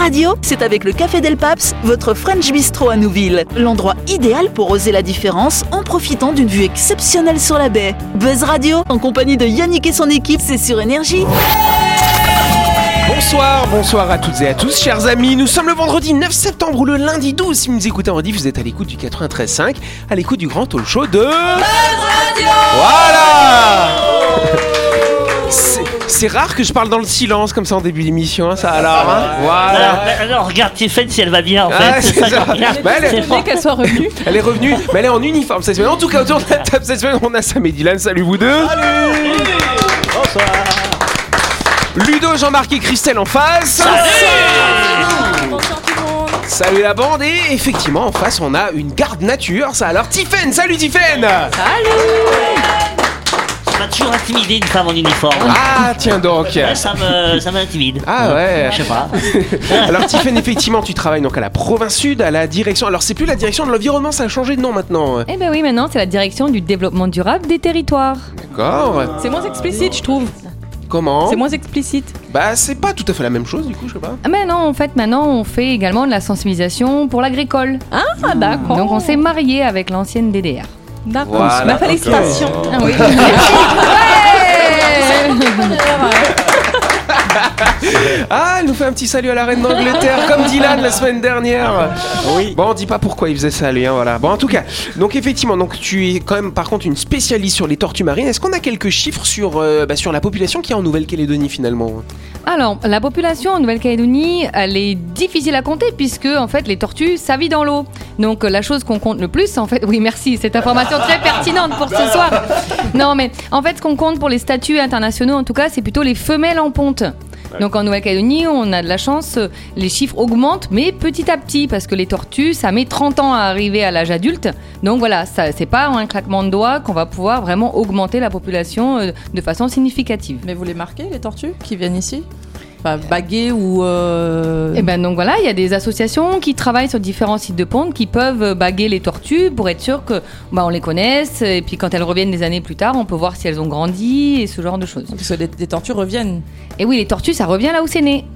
Radio, c'est avec le Café Del Paps, votre French Bistro à Nouville. L'endroit idéal pour oser la différence en profitant d'une vue exceptionnelle sur la baie. Buzz Radio, en compagnie de Yannick et son équipe, c'est sur Énergie. Bonsoir à toutes et à tous, chers amis. Nous sommes le vendredi 9 septembre ou le lundi 12. Si vous nous écoutez en rediff, vous êtes à l'écoute du 93.5, à l'écoute du grand talk show de Buzz Radio. Voilà. C'est rare que je parle dans le silence comme ça en début d'émission, ça alors. Hein, voilà. Alors regarde Tiffany si elle va bien en fait. C'est ça qu'on regarde. C'est vrai qu'elle soit revenue. Elle est revenue, mais elle est en uniforme cette semaine. En tout cas, autour de la table cette semaine, on a Sam et Dylan. Salut vous deux. Salut. Bonsoir. Ludo, Jean-Marc et Christelle en face. Salut. Bonsoir tout le monde. Salut la bande. Et effectivement, en face, on a une garde nature. Ça alors, Tiffen. Salut Tiffen. Salut. Ça m'a toujours intimidé une femme en uniforme. Ah, tiens donc. Ça m'intimide. Ah ouais. Je sais pas. Alors Tiffen, effectivement, tu travailles donc à la province sud, à la direction. Alors c'est plus la direction de l'environnement, ça a changé de nom maintenant. Eh ben oui, maintenant c'est la direction du développement durable des territoires. D'accord. C'est moins explicite, je trouve. Comment ? C'est moins explicite. Bah c'est pas tout à fait la même chose du coup, je sais pas. Ah mais non, en fait maintenant on fait également de la sensibilisation pour l'agricole. Ah d'accord. Donc on s'est marié avec l'ancienne DDR. D'accord. Voilà, Ma félicitations. okay. Ah oui. Ah, elle nous fait un petit salut à la reine d'Angleterre, comme Dylan la semaine dernière. Oui. Bon, on dit pas pourquoi il faisait ça, lui, hein, voilà. Bon, en tout cas, donc effectivement, donc tu es quand même, par contre, une spécialiste sur les tortues marines. Est-ce qu'on a quelques chiffres sur la population qu'il y a en Nouvelle-Calédonie, finalement ? Alors, la population en Nouvelle-Calédonie, elle est difficile à compter puisque, en fait, les tortues, ça vit dans l'eau. Donc, la chose qu'on compte le plus, en fait, oui, merci, cette information très pertinente pour ce soir. Non, mais en fait, ce qu'on compte pour les statuts internationaux, en tout cas, c'est plutôt les femelles en ponte. Donc en Nouvelle-Calédonie, on a de la chance, les chiffres augmentent, mais petit à petit, parce que les tortues, ça met 30 ans à arriver à l'âge adulte. Donc voilà, ça, c'est pas un claquement de doigts qu'on va pouvoir vraiment augmenter la population de façon significative. Mais vous les marquez, les tortues qui viennent ici ? Enfin, baguer ou... Et ben donc voilà, il y a des associations qui travaillent sur différents sites de ponte qui peuvent baguer les tortues pour être sûr que on les connaisse. Et puis quand elles reviennent des années plus tard, on peut voir si elles ont grandi et ce genre de choses. Parce que les tortues reviennent. Et oui, les tortues, ça revient là où c'est né.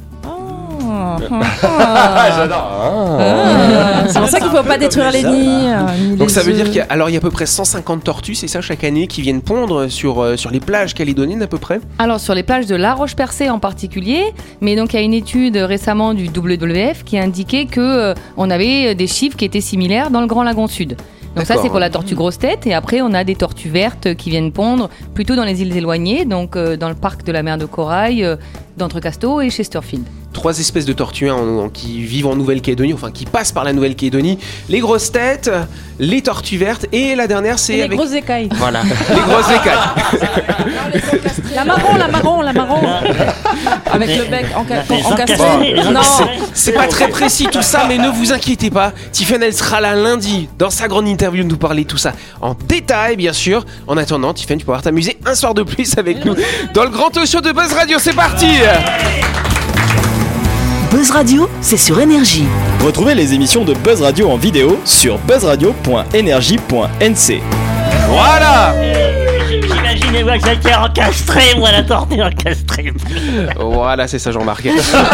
J'adore. C'est pour ça qu'il ne faut pas détruire les nids. Donc ça veut dire qu'il y a à peu près 150 tortues, c'est ça, chaque année, qui viennent pondre sur les plages calédoniennes à peu près ? Alors sur les plages de La Roche-Percée en particulier, mais donc il y a une étude récemment du WWF qui indiquait que on avait des chiffres qui étaient similaires dans le Grand Lagon Sud. Donc ça c'est pour la tortue grosse tête, et après on a des tortues vertes qui viennent pondre plutôt dans les îles éloignées, donc dans le parc de la mer de Corail, d'Entrecasteaux et Chesterfield. 3 espèces de tortues qui vivent en Nouvelle-Calédonie, enfin qui passent par la Nouvelle-Calédonie. Les grosses têtes, les tortues vertes, et la dernière c'est les grosses écailles. Voilà, les grosses écailles. La marron. Avec le bec encastré. Non, c'est pas très précis tout ça, mais ne vous inquiétez pas. Tiffen, elle sera là lundi dans sa grande interview de nous parler de tout ça en détail, bien sûr. En attendant, Tiffen, tu pourras t'amuser un soir de plus avec nous dans le grand talk show de Buzz Radio. C'est parti. Buzz Radio, c'est sur Énergie. Retrouvez les émissions de Buzz Radio en vidéo sur buzzradio.energie.nc. Voilà. J'imaginais moi que j'étais encastré, moi la tortue encastrée. Voilà, c'est ça, Jean-Marc.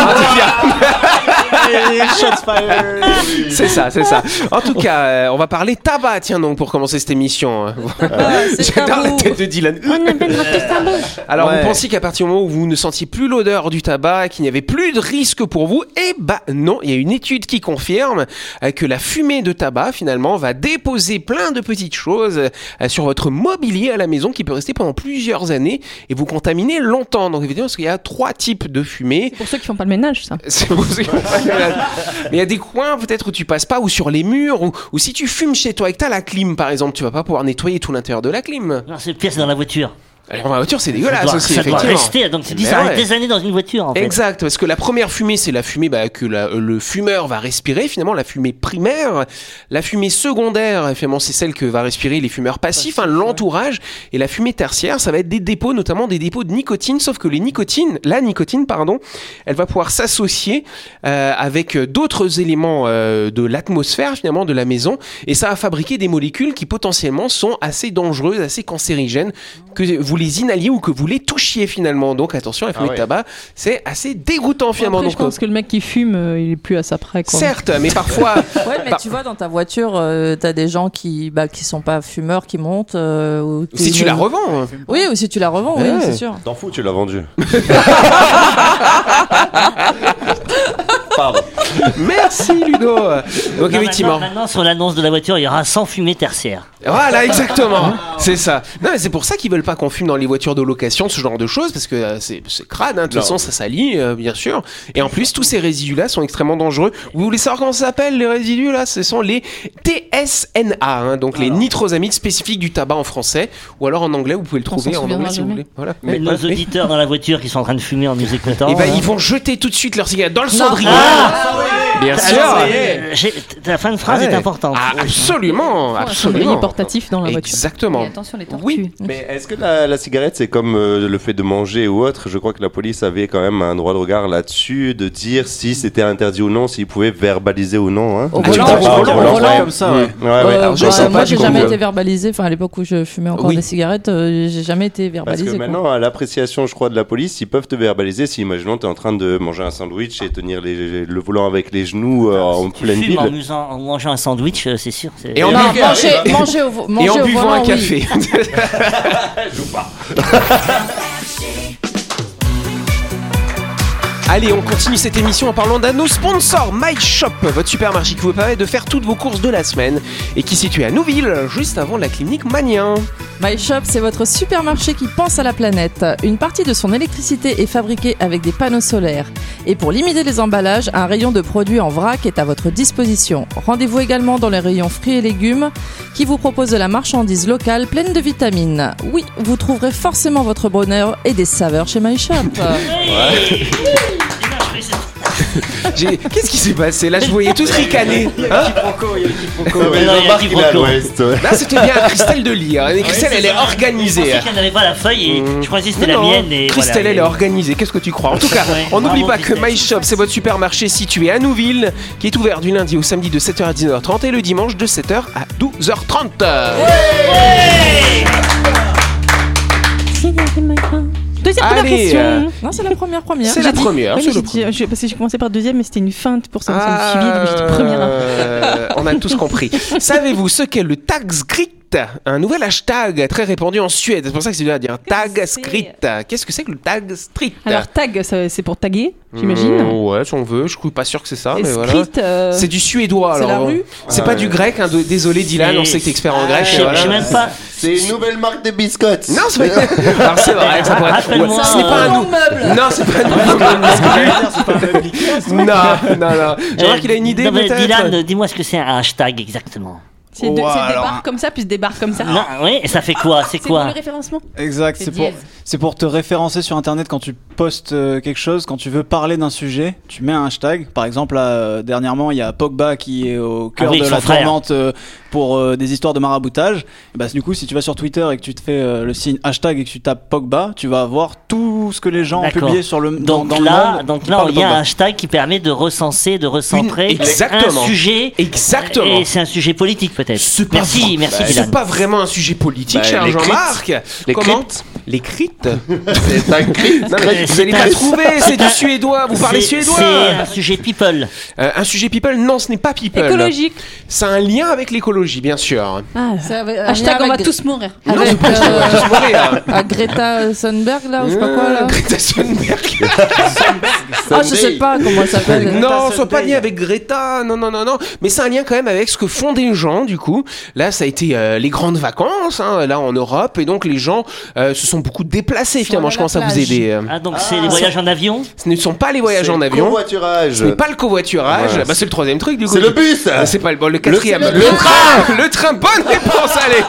C'est ça. En tout cas, on va parler tabac, tiens donc, pour commencer cette émission. J'adore la tête de Dylan. Alors, vous pensiez qu'à partir du moment où vous ne sentiez plus l'odeur du tabac, qu'il n'y avait plus de risque pour vous, eh bah non, il y a une étude qui confirme que la fumée de tabac, finalement, va déposer plein de petites choses sur votre mobilier à la maison qui peut rester pendant plusieurs années et vous contaminer longtemps. Donc, évidemment, parce qu'il y a 3 types de fumée. C'est pour ceux qui font pas le ménage, ça. C'est pour ceux qui font pas le ménage. Mais il y a des coins peut-être où tu passes pas, ou sur les murs, ou si tu fumes chez toi et que t'as la clim par exemple, tu vas pas pouvoir nettoyer tout l'intérieur de la clim. Non, c'est pire, c'est dans la voiture. Alors, dans la voiture, c'est dégueulasse aussi, ça doit effectivement. rester, donc tu dis ça reste des années dans une voiture en fait. Exact, parce que la première fumée, c'est la fumée que le fumeur va respirer, finalement, la fumée primaire. La fumée secondaire, finalement, c'est celle que va respirer les fumeurs passifs, l'entourage. Et la fumée tertiaire, ça va être des dépôts, notamment des dépôts de nicotine, sauf que la nicotine, elle va pouvoir s'associer avec d'autres éléments de l'atmosphère, finalement, de la maison, et ça va fabriquer des molécules qui potentiellement sont assez dangereuses, assez cancérigènes, que vous les inhaliez ou que vous les touchiez finalement. Donc attention, la fumée de tabac, c'est assez dégoûtant finalement. Après, je pense que le mec qui fume, il est plus à sa près. Quoi. Certes, mais parfois. Ouais, mais tu vois, dans ta voiture, t'as des gens qui sont pas fumeurs qui montent. Ou si tu la revends. Oui, ou si tu la revends, oui, c'est sûr. T'en fous, tu l'as vendu. Pardon. Merci Ludo. Donc effectivement. Maintenant, sur l'annonce de la voiture, il y aura sans fumée tertiaire. Voilà, exactement. C'est ça. Non, mais c'est pour ça qu'ils veulent pas qu'on fume dans les voitures de location, ce genre de choses, parce que c'est crade. Hein. De toute façon, ça salit, bien sûr. Et en plus, tous ces résidus-là sont extrêmement dangereux. Vous voulez savoir comment ça s'appelle les résidus là ? Ce sont les TSNA, hein, donc les nitrosamides spécifiques du tabac en français, ou alors en anglais, vous pouvez le trouver en anglais si vous voulez. Voilà. Mais nos auditeurs dans la voiture qui sont en train de fumer en nous écoutant. Et ils vont jeter tout de suite leur cigarette dans le cendrier. Bien sûr. La fin de phrase est importante. Absolument. Cendrier portatif dans la voiture. Exactement. Et attention les tortues. Oui. Mais est-ce que la cigarette, c'est comme le fait de manger ou autre ? Je crois que la police avait quand même un droit de regard là-dessus, de dire si c'était interdit ou non, s'ils pouvaient verbaliser ou non. Hein. Au volant, comme ça. Moi, j'ai jamais été verbalisé. Enfin, à l'époque où je fumais encore des cigarettes, j'ai jamais été verbalisé. Parce que maintenant, à l'appréciation, je crois, de la police, ils peuvent te verbaliser si, imaginons, tu es en train de manger un sandwich et tenir le volant avec les genoux en pleine ville. En mangeant un sandwich, c'est sûr. Et en buvant un café. Joue pas. Allez, on continue cette émission en parlant d'un de nos sponsors, MyShop, votre supermarché qui vous permet de faire toutes vos courses de la semaine et qui est situé à Nouville, juste avant la clinique Magnien. MyShop, c'est votre supermarché qui pense à la planète. Une partie de son électricité est fabriquée avec des panneaux solaires. Et pour limiter les emballages, un rayon de produits en vrac est à votre disposition. Rendez-vous également dans les rayons fruits et légumes qui vous proposent de la marchandise locale pleine de vitamines. Oui, vous trouverez forcément votre bonheur et des saveurs chez MyShop. Qu'est-ce qui s'est passé là? Je voyais tous ricaner. Il y a à l'ouest. Là, c'était bien Christelle de lire. Christelle, elle est organisée. Je pensais qu'elle n'avait pas la feuille et je croyais que c'était la mienne. Et Christelle, elle est organisée. Qu'est-ce que tu crois? En tout cas, on n'oublie pas que MyShop, c'est votre supermarché situé à Nouville, qui est ouvert du lundi au samedi de 7h à 19h30 et le dimanche de 7h à 12h30. Deuxième question. Non, c'est la première. C'est la première. Oui, parce que j'ai commencé par deuxième, mais c'était une feinte pour ça me suivait, donc j'ai dit première. On a tous compris. Savez-vous ce qu'est le TagScript? Un nouvel hashtag très répandu en Suède. C'est pour ça que c'est dur à dire. TagScript. Qu'est-ce que c'est que le TagScript? Alors tag, c'est pour taguer, j'imagine. Ouais, si on veut. Je suis pas sûr que c'est ça, et mais script, voilà. C'est du suédois. C'est alors. la rue. C'est pas du grec. Hein, désolé, Dylan. On sait que t'es expert en grec. Je sais même pas. C'est une nouvelle marque de biscottes. Non, c'est pas. Alors c'est vrai. Ça pourrait. Rappelle-moi. Ce n'est pas un meuble. Non, c'est pas un nouveau meuble. Non. Je vois qu'il a une idée peut-être. Dylan, dis-moi ce que c'est un hashtag exactement. C'est des barres comme ça, plus des barres comme ça. Non, oui, et ça fait quoi? C'est quoi? pour le référencement. Exact, c'est pour te référencer sur internet quand tu postes quelque chose, quand tu veux parler d'un sujet, tu mets un hashtag. Par exemple, là, dernièrement, il y a Pogba qui est au cœur de la tourmente pour des histoires de maraboutage. Et bah, du coup, si tu vas sur Twitter et que tu te fais le signe hashtag et que tu tapes Pogba, tu vas voir tout ce que les gens ont publié sur le dans le monde. Donc là, il y a un hashtag qui permet de recenser, de recentrer un sujet. Exactement. Et c'est un sujet politique peut-être. Merci Dylan. C'est pas vraiment un sujet politique, cher Jean-Marc. Les crites. C'est un crit. Vous allez pas trouver, c'est du suédois. Vous parlez suédois. C'est un sujet people. Un sujet people, non, ce n'est pas people. Écologique. C'est un lien avec l'écologie, bien sûr. Hashtag on va tous mourir. Avec Greta Thunberg là, ou je sais pas quoi là. Greta Thunberg. Je sais pas comment ça s'appelle. Non, soit pas lié avec Greta. Non. Mais c'est un lien quand même avec ce que font des gens, du coup. Là, ça a été les grandes vacances, hein, là en Europe, et donc les gens se sont beaucoup déplacés finalement. Je commence à vous aider. Ah, donc c'est les voyages en avion? Ce ne sont pas les voyages en avion. Covoiturage. Ce n'est pas le covoiturage. Ouais. Bah, c'est le troisième truc, du coup. C'est le bus. C'est pas le quatrième. Le train. Le train, bonne réponse, allez.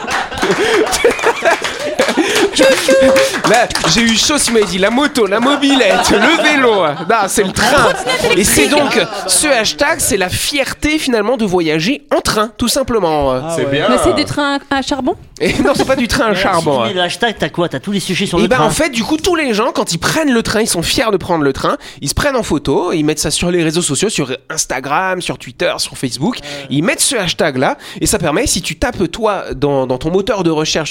Là, j'ai eu chaud, il m'a dit la moto, la mobilette, le vélo. Non, c'est le train. Et c'est donc ce hashtag, c'est la fierté finalement de voyager en train, tout simplement. C'est bien. Mais c'est des trains à charbon? Et non, c'est pas du train à charbon. Si tu mets le hashtag, t'as quoi? T'as tous les sujets sur le et train. en fait, du coup, tous les gens, quand ils prennent le train, ils sont fiers de prendre le train. Ils se prennent en photo, ils mettent ça sur les réseaux sociaux, sur Instagram, sur Twitter, sur Facebook. Ils mettent ce hashtag là, et ça permet, si tu tapes toi dans ton moteur de recherche sur Facebook,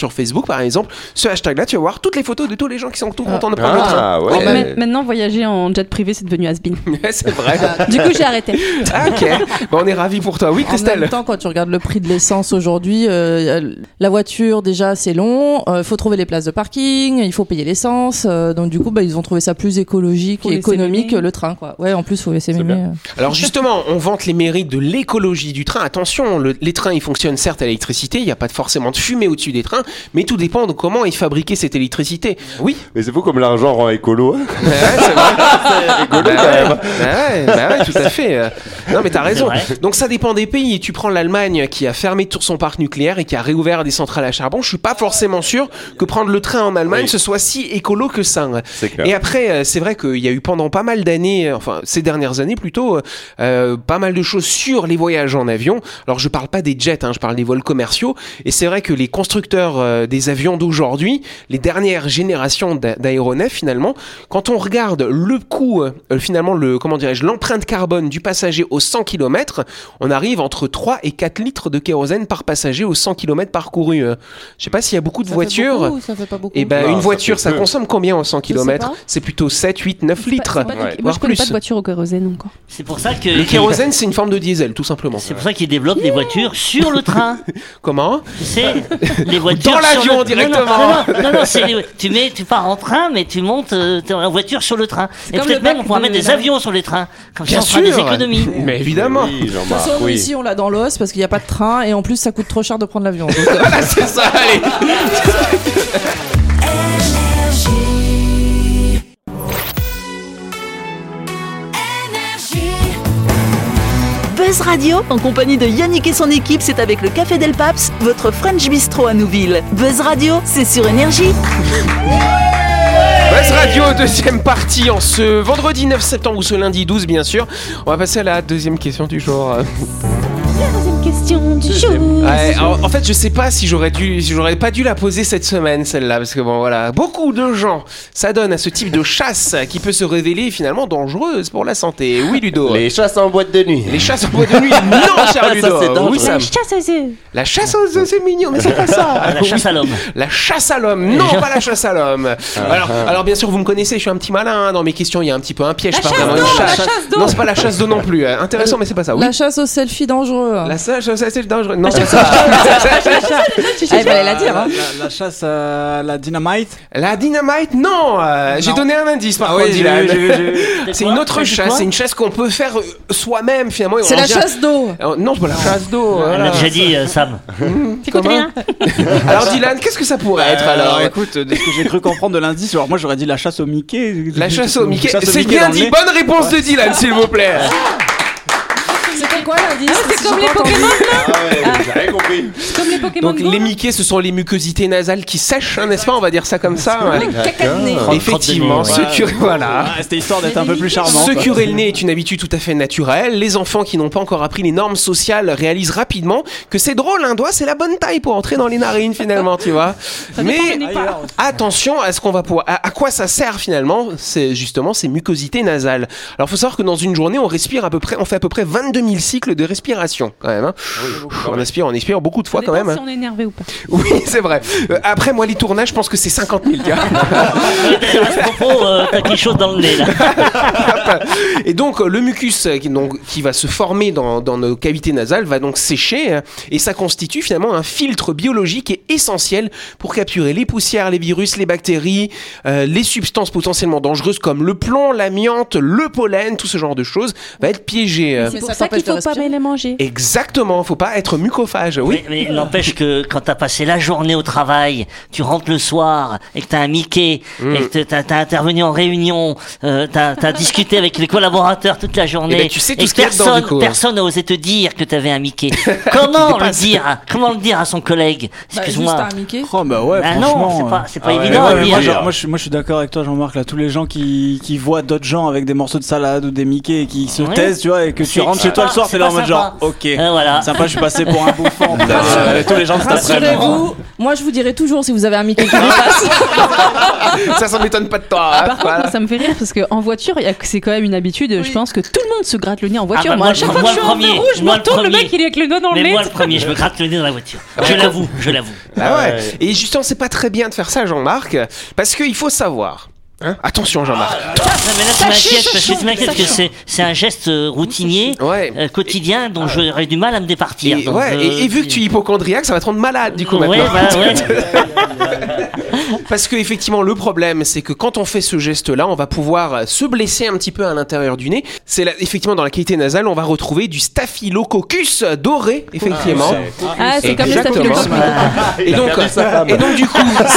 Facebook par exemple, ce hashtag-là, tu vas voir toutes les photos de tous les gens qui sont tout contents de prendre le train. Ouais. Maintenant, voyager en jet privé, c'est devenu has-been. C'est vrai. Du coup, j'ai arrêté. Ah, ok. Bon, on est ravis pour toi. Oui, Christelle. En même temps, quand tu regardes le prix de l'essence aujourd'hui, la voiture, déjà, c'est long. Faut trouver les places de parking, il faut payer l'essence. Donc, du coup, ils ont trouvé ça plus écologique et économique que le train, quoi. Ouais, en plus, faut laisser mémer. Alors, justement, on vante les mérites de l'écologie du train. Attention, les trains, ils fonctionnent certes à l'électricité. Il n'y a pas forcément de fumée au-dessus des trains, mais tout dépend de comment ils fabriquaient cette électricité. Oui. Mais c'est fou comme l'argent rend écolo. Hein. Ouais, c'est vrai. C'est rigolo quand même. Ouais, tout à fait. Non, mais t'as raison. Donc ça dépend des pays. Tu prends l'Allemagne qui a fermé tout son parc nucléaire et qui a réouvert des centrales à charbon. Je suis pas forcément sûr que prendre le train en Allemagne ce soit si écolo que ça. Et après, c'est vrai qu'il y a eu pendant pas mal d'années, enfin ces dernières années plutôt, pas mal de choses sur les voyages en avion. Alors je parle pas des jets, je parle des vols commerciaux. Et c'est vrai que les constructeurs des avions d'aujourd'hui, les dernières générations d'aéronefs finalement, quand on regarde le coût, finalement l'empreinte carbone du passager aux 100 km, on arrive entre 3 et 4 litres de kérosène par passager aux 100 km parcourus. Je sais pas s'il y a beaucoup de voitures. Ça fait pas beaucoup. Et une voiture, ça consomme combien aux 100 km? C'est plutôt 7, 8, 9 litres. Moi, je connais pas de voiture au kérosène encore. C'est pour ça que... Le kérosène, c'est une forme de diesel, tout simplement. C'est pour ça qu'ils développent des voitures sur le train. Comment? Tu sais, les voitures... Dans l'avion, directement. Non, tu pars en train, mais tu montes en voiture sur le train. Et peut-être même, on pourra mettre des avions sur les trains. Comme ça, on fera des économies. Mais évidemment. Oui, De toute façon, ici, on l'a dans l'os parce qu'il n'y a pas de train et en plus, ça coûte trop cher de prendre l'avion. Donc, voilà, c'est ça, allez. Buzz Radio, en compagnie de Yannick et son équipe, c'est avec le Café Del Paps, votre French Bistro à Nouville. Buzz Radio, c'est sur Énergie. Buzz Radio, deuxième partie en ce vendredi 9 septembre ou ce lundi 12 bien sûr. On va passer à la deuxième question du jour. Question du jour. Ouais, en fait, je sais pas si j'aurais pas dû la poser cette semaine, celle-là, parce que bon, voilà, beaucoup de gens s'adonnent à ce type de chasse qui peut se révéler finalement dangereuse pour la santé. Oui, Ludo. Les chasses en boîte de nuit. Les chasses en boîte de nuit. Non, cher Ludo. Ça, c'est dangereux. Oui, Sam. La chasse aux œufs. La chasse aux œufs, c'est mignon, mais c'est pas ça. La chasse à l'homme. La chasse à l'homme. Non, pas la chasse à l'homme. Alors bien sûr, vous me connaissez, je suis un petit malin. Dans mes questions, il y a un petit peu un piège. La pas chasse vraiment d'eau, une chasse. la chasse d'eau. Non, c'est pas la chasse d'eau non plus. Intéressant, mais c'est pas ça. Oui. La chasse aux selfies dangereux. La chasse aux selfies dangereux. Non, c'est ça. Il fallait la dire. La chasse à la dynamite. La dynamite, non. J'ai donné un indice par contre. Dylan. C'est une autre chasse. C'est une chasse qu'on peut faire soi-même finalement. C'est la chasse d'eau. Non, c'est pas la chasse d'eau. On l'a déjà dit, Sam. T'écoutes rien. Alors Dylan, qu'est-ce que ça pourrait être alors? Écoute, de ce que j'ai cru comprendre de l'indice, alors moi j'aurais dit la chasse au Mickey. La chasse au Mickey. Chasse au C'est Mickey bien dans le dit. nez. Bonne réponse de Dylan, s'il vous plaît. C'était quoi l'indice? C'est comme les Pokémon. J'ai rien compris. C'est comme les Pokémon Donc Go. les Mickey, ce sont les mucosités nasales qui sèchent, n'est-ce pas? On va dire ça comme ça. Les caca de nez. Effectivement, se curer, voilà. C'était histoire d'être un peu plus charmant. Se quoi. curer le nez est une habitude tout à fait naturelle. Les enfants qui n'ont pas encore appris les normes sociales réalisent rapidement que c'est drôle, un doigt c'est la bonne taille pour entrer dans les narines finalement, tu vois. Mais attention à ce qu'on va pouvoir, à quoi ça sert finalement, c'est justement ces mucosités nasales. Alors faut savoir que dans une journée on fait à peu près 22 000 cycles de respiration quand même. On expire beaucoup de fois quand même. Si on est énervé ou pas. Oui, c'est vrai. Après moi les tournages, je pense que c'est 50 000 gars. À ce propos, t'as quelque chose dans le nez là. Et donc le mucus qui va se former dans nos cavités nasales va donc sécher et ça constitue finalement un filtre biologique et essentiel pour capturer les poussières, les virus, les bactéries, les substances potentiellement dangereuses comme le plomb, l'amiante, le pollen, tout ce genre de choses va être piégé. C'est pour ça qu'il faut pas les manger. Exactement, faut pas être mucophage. Oui. Mais n'empêche que quand t'as passé la journée au travail, tu rentres le soir et que t'as un Mickey et que t'as intervenu en réunion, t'as discuté avec les collaborateurs toute la journée. Et ben, tu sais tout ce qu'il y a dedans, du coup. Personne n'a osé te dire que t'avais un Mickey. Comment le dire à son collègue? Excuse-moi. Juste un Mickey. Oh bah ouais, franchement. Non, c'est pas évident à dire. Moi je suis d'accord avec toi, Jean-Marc, là, tous les gens qui voient d'autres gens avec des morceaux de salade ou des Mickey et qui se taisent, tu vois, et que tu rentres chez toi le soir, c'est là en mode genre, ok, voilà. sympa, je suis passé pour un bouffon. Tous les gens de cet après-midi. Rassurez-vous, moi je vous dirai toujours si vous avez un Mickey qui dépasse. Ça m'étonne pas de toi. Par contre, moi, ça me fait rire parce qu'en voiture, c'est quand même une habitude. Je pense que tout le monde se gratte le nez en voiture. Moi, chaque fois que je suis en feu rouge, je me retourne, le mec il est avec le doigt dans le nez. Moi le premier, je me gratte le nez dans la voiture. Je l'avoue. Ah ouais. Et justement, c'est pas très bien de faire ça, Jean-Marc, parce qu'il faut savoir. Attention, Jean-Marc. Mais là, tu m'inquiètes que c'est un geste routinier, quotidien, dont j'aurais du mal à me départir. Et vu que tu es hypochondriaque, ça va te rendre malade du coup maintenant. Parce que effectivement, le problème, c'est que quand on fait ce geste-là, on va pouvoir se blesser un petit peu à l'intérieur du nez. C'est là, effectivement, dans la cavité nasale, on va retrouver du staphylococcus doré, effectivement. C'est comme le staphylococcus. Et donc du coup,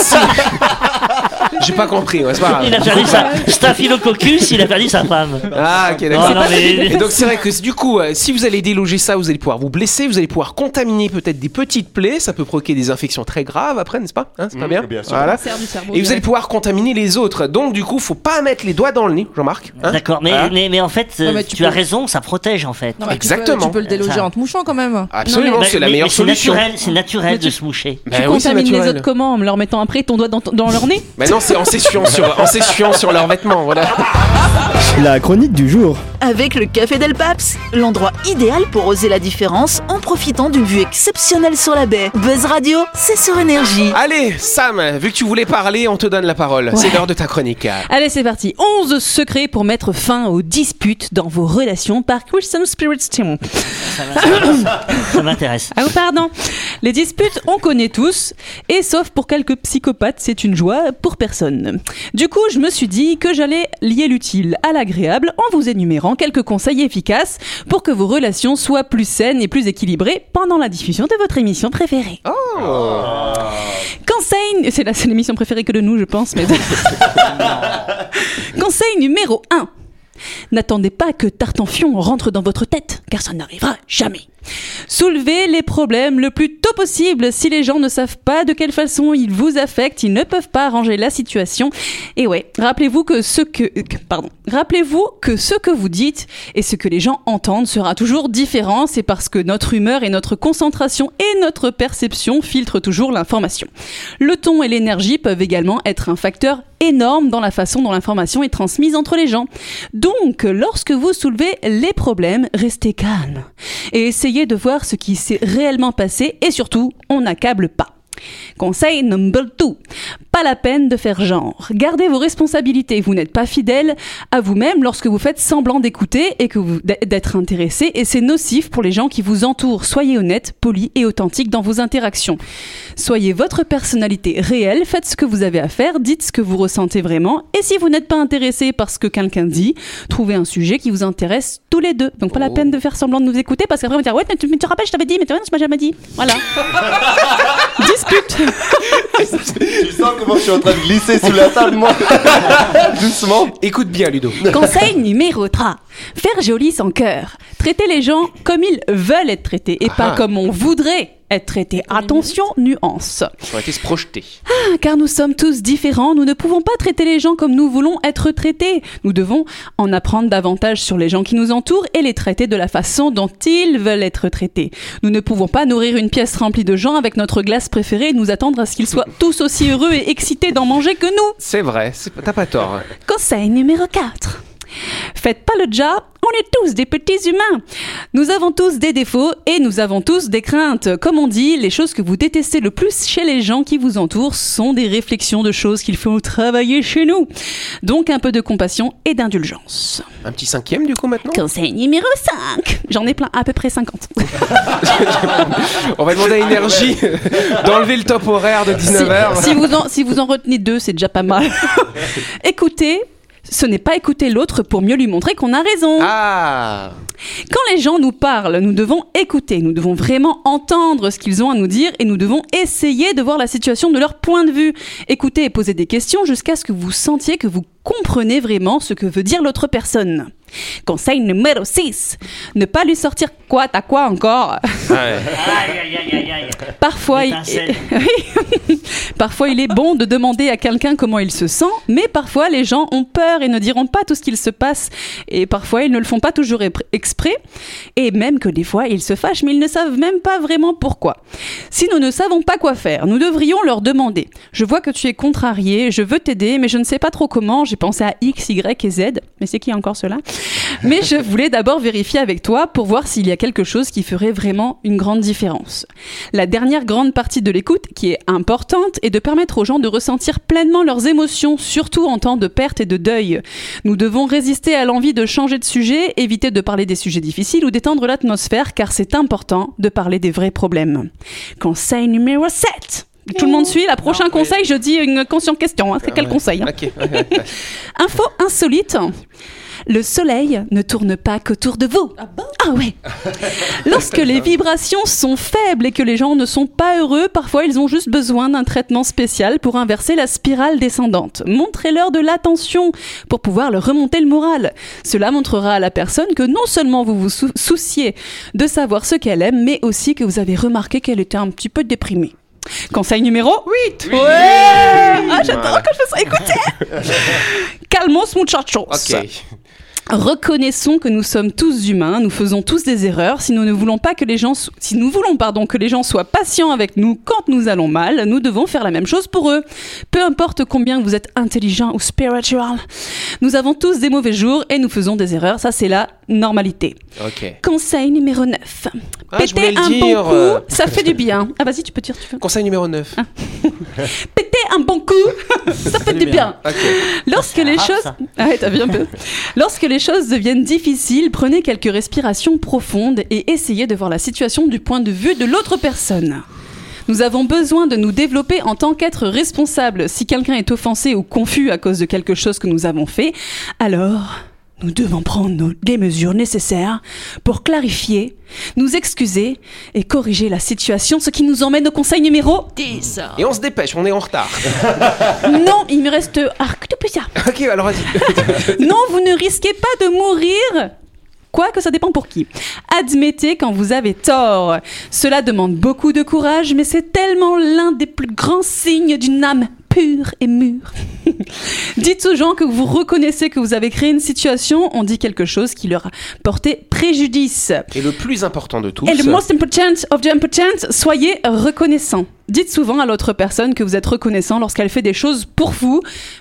j'ai pas compris, c'est pas grave. Il a perdu sa staphylococcus, il a perdu sa femme. Ah, ok, d'accord. Et donc c'est vrai que du coup, si vous allez déloger ça, vous allez pouvoir vous blesser, vous allez pouvoir contaminer peut-être des petites plaies, ça peut provoquer des infections très graves après, n'est-ce pas? C'est pas bien? Bien sûr. Voilà. Et vous allez pouvoir contaminer les autres. Donc du coup, faut pas mettre les doigts dans le nez, Jean-Marc. D'accord, mais en fait, tu as raison, ça protège en fait. Non, exactement. Tu peux le déloger en te mouchant quand même. Absolument, c'est la meilleure solution. C'est naturel de se moucher. Tu contamines les autres comment? En leur mettant après ton doigt dans leur nez? Mais non, c'est en s'essuyant sur leurs vêtements, voilà. La chronique du jour. Avec le Café Del Paps, l'endroit idéal pour oser la différence en profitant d'une vue exceptionnelle sur la baie. Buzz Radio, c'est sur Énergie. Allez, Sam, vu que tu voulais parler, on te donne la parole. C'est l'heure de ta chronique. Allez, c'est parti. 11 secrets pour mettre fin aux disputes dans vos relations par Christian Spirit Team. Ça m'intéresse. Ah, pardon. Les disputes, on connaît tous, et sauf pour quelques psychopathes, c'est une joie pour personne. Du coup, je me suis dit que j'allais lier l'utile à l'agréable en vous énumérant quelques conseils efficaces pour que vos relations soient plus saines et plus équilibrées pendant la diffusion de votre émission préférée. Conseil, c'est l'émission préférée que de nous, je pense, mais... Conseil numéro 1. N'attendez pas que Tartampion rentre dans votre tête, car ça n'arrivera jamais. Soulevez les problèmes le plus tôt possible. Si les gens ne savent pas de quelle façon ils vous affectent, ils ne peuvent pas arranger la situation. Et rappelez-vous que ce que vous dites et ce que les gens entendent sera toujours différent. C'est parce que notre humeur et notre concentration et notre perception filtrent toujours l'information. Le ton et l'énergie peuvent également être un facteur énorme dans la façon dont l'information est transmise entre les gens. Donc, lorsque vous soulevez les problèmes, restez calme et essayez de voir ce qui s'est réellement passé et surtout, on n'accable pas. Conseil number 2. Pas la peine de faire genre. Gardez vos responsabilités. Vous n'êtes pas fidèle à vous-même lorsque vous faites semblant d'écouter et d'être intéressé, et c'est nocif pour les gens qui vous entourent. Soyez honnête, poli et authentique dans vos interactions. Soyez votre personnalité réelle, faites ce que vous avez à faire, dites ce que vous ressentez vraiment, et si vous n'êtes pas intéressé par ce que quelqu'un dit, trouvez un sujet qui vous intéresse tous les deux. Donc pas la peine de faire semblant de nous écouter, parce qu'après on va dire mais tu te rappelles, je t'avais dit, mais tu m'as jamais dit. Voilà. Dispute. Tu sens comment je suis en train de glisser sous la table, moi. Doucement. Écoute bien, Ludo. Conseil numéro 3. Faire joli sans cœur. Traiter les gens comme ils veulent être traités et pas comme on voudrait être traité. Attention, nuance. Il faut arrêter de se projeter. Car nous sommes tous différents, nous ne pouvons pas traiter les gens comme nous voulons être traités. Nous devons en apprendre davantage sur les gens qui nous entourent et les traiter de la façon dont ils veulent être traités. Nous ne pouvons pas nourrir une pièce remplie de gens avec notre glace préférée et nous attendre à ce qu'ils soient tous aussi heureux et excités d'en manger que nous. C'est vrai, t'as pas tort. Conseil numéro 4. Faites pas le job, on est tous des petits humains. Nous avons tous des défauts et nous avons tous des craintes. Comme on dit, les choses que vous détestez le plus chez les gens qui vous entourent sont des réflexions de choses qu'il faut travailler chez nous. Donc un peu de compassion et d'indulgence. Un petit 5e du coup maintenant. Conseil numéro 5. J'en ai plein, à peu près 50. On va demander à Énergie d'enlever le top horaire de 19h. Si vous en retenez 2, c'est déjà pas mal. Écoutez. Ce n'est pas écouter l'autre pour mieux lui montrer qu'on a raison. Quand les gens nous parlent, nous devons écouter, nous devons vraiment entendre ce qu'ils ont à nous dire et nous devons essayer de voir la situation de leur point de vue. Écoutez et posez des questions jusqu'à ce que vous sentiez que vous comprenez vraiment ce que veut dire l'autre personne. Conseil numéro 6. Ne pas lui sortir quoi, t'as quoi encore? Parfois, parfois, il est bon de demander à quelqu'un comment il se sent, mais parfois, les gens ont peur et ne diront pas tout ce qu'il se passe. Et parfois, ils ne le font pas toujours exprès. Et même que des fois, ils se fâchent, mais ils ne savent même pas vraiment pourquoi. Si nous ne savons pas quoi faire, nous devrions leur demander. Je vois que tu es contrarié, je veux t'aider, mais je ne sais pas trop comment. J'ai pensé à X, Y et Z. Mais c'est qui encore cela? Mais je voulais d'abord vérifier avec toi pour voir s'il y a quelque chose qui ferait vraiment une grande différence. La dernière grande partie de l'écoute, qui est importante, est de permettre aux gens de ressentir pleinement leurs émotions, surtout en temps de perte et de deuil. Nous devons résister à l'envie de changer de sujet, éviter de parler des sujets difficiles ou d'étendre l'atmosphère, car c'est important de parler des vrais problèmes. Conseil numéro 7. Tout le monde suit? La prochaine conseil, je dis une consciente question. Hein. C'est quel conseil? Okay. Info insolite. Le soleil ne tourne pas qu'autour de vous. Ah bon? Ah ouais. Lorsque les vibrations sont faibles et que les gens ne sont pas heureux, parfois ils ont juste besoin d'un traitement spécial pour inverser la spirale descendante. Montrez-leur de l'attention pour pouvoir leur remonter le moral. Cela montrera à la personne que non seulement vous vous souciez de savoir ce qu'elle aime, mais aussi que vous avez remarqué qu'elle était un petit peu déprimée. Conseil numéro 8. Ouais. Ah, j'adore quand je me sens écouter. Calmos muchachos. Ok. Reconnaissons que nous sommes tous humains, nous faisons tous des erreurs. Si nous voulons que les gens soient patients avec nous quand nous allons mal, nous devons faire la même chose pour eux. Peu importe combien vous êtes intelligent ou spiritual, nous avons tous des mauvais jours et nous faisons des erreurs. Ça, c'est la normalité. Okay. Conseil numéro 9. Péter un bon coup, ça fait du bien. Ah, vas-y, tu peux dire, tu veux. Conseil numéro 9. Péter un bon coup, ça fait du bien. Okay. Lorsque les choses... Arrête, t'as vu un peu. Lorsque les choses deviennent difficiles, prenez quelques respirations profondes et essayez de voir la situation du point de vue de l'autre personne. Nous avons besoin de nous développer en tant qu'être responsable. Si quelqu'un est offensé ou confus à cause de quelque chose que nous avons fait, alors nous devons prendre des mesures nécessaires pour clarifier, nous excuser et corriger la situation, ce qui nous emmène au conseil numéro 10. Et on se dépêche, on est en retard. Non, il me reste tout plus ça. Ok, alors vas-y. Non, vous ne risquez pas de mourir. Quoique ça dépend pour qui. Admettez quand vous avez tort. Cela demande beaucoup de courage, mais c'est tellement l'un des plus grands signes d'une âme pure et mûre. Dites aux gens que vous reconnaissez que vous avez créé une situation, on dit quelque chose qui leur a porté préjudice. Et le plus important de tous... Et le most important of the important, soyez reconnaissant. Dites souvent à l'autre personne que vous êtes reconnaissant lorsqu'elle fait des choses pour vous.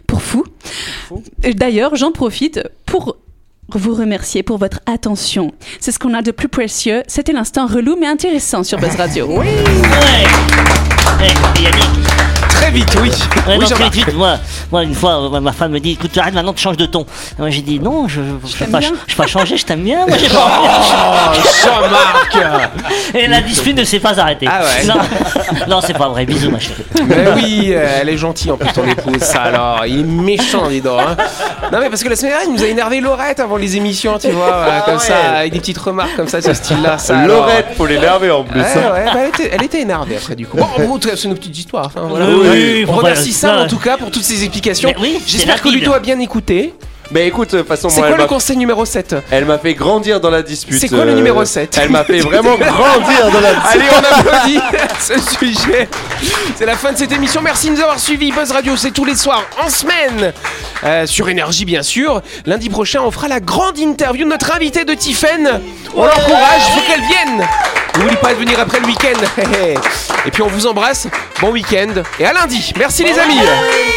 Et d'ailleurs, j'en profite pour vous remercier pour votre attention. C'est ce qu'on a de plus précieux. C'était l'instant relou mais intéressant sur Buzz Radio. Oui. Ouais. Yannick. Très vite, oui. Ouais, oui, très vite. Moi, une fois, ma femme me dit, écoute, arrête maintenant de changer de ton. Et moi, j'ai dit, non, je vais pas changer, je t'aime bien. Moi, j'ai pas envie. Oh, Jean-Marc. Et la dispute ne s'est pas arrêtée. Ah ouais. Non, c'est pas vrai. Bisous, ma chérie. Mais oui, elle est gentille en plus, ton épouse, ça alors. Il est méchant, dis donc. Hein. Non, mais parce que la semaine dernière, il nous a énervé Laurette avant les émissions, tu vois, comme ça, avec des petites remarques comme ça, de ce style-là. Ça, Laurette, faut l'énerver en plus. Ouais, bah, elle était énervée après, du coup. Bon, c'est nos petites histoires. Hein, voilà. Oui, on remercie Sam en tout cas pour toutes ces explications. Oui, j'espère que Ludo a bien écouté. Mais écoute, de toute façon, c'est quoi le conseil numéro 7? Elle m'a fait grandir dans la dispute. C'est quoi le numéro 7? Elle m'a fait vraiment grandir dans la dispute. Allez, on applaudit ce sujet. C'est la fin de cette émission. Merci de nous avoir suivis. Buzz Radio, c'est tous les soirs en semaine. Sur Énergie, bien sûr. Lundi prochain, on fera la grande interview de notre invitée de Tiffen. On l'encourage, il faut qu'elle vienne. N'oubliez pas de venir après le week-end. Et puis on vous embrasse. Bon week-end. Et à lundi. Merci les amis.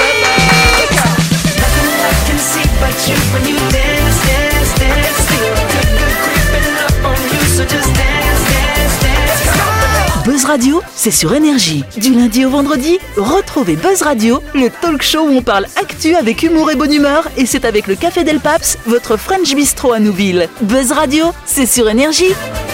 Buzz Radio, c'est sur Énergie. Du lundi au vendredi, retrouvez Buzz Radio, le talk show où on parle actu avec humour et bonne humeur. Et c'est avec le Café Del Paps, votre French Bistro à Nouville. Buzz Radio, c'est sur Énergie.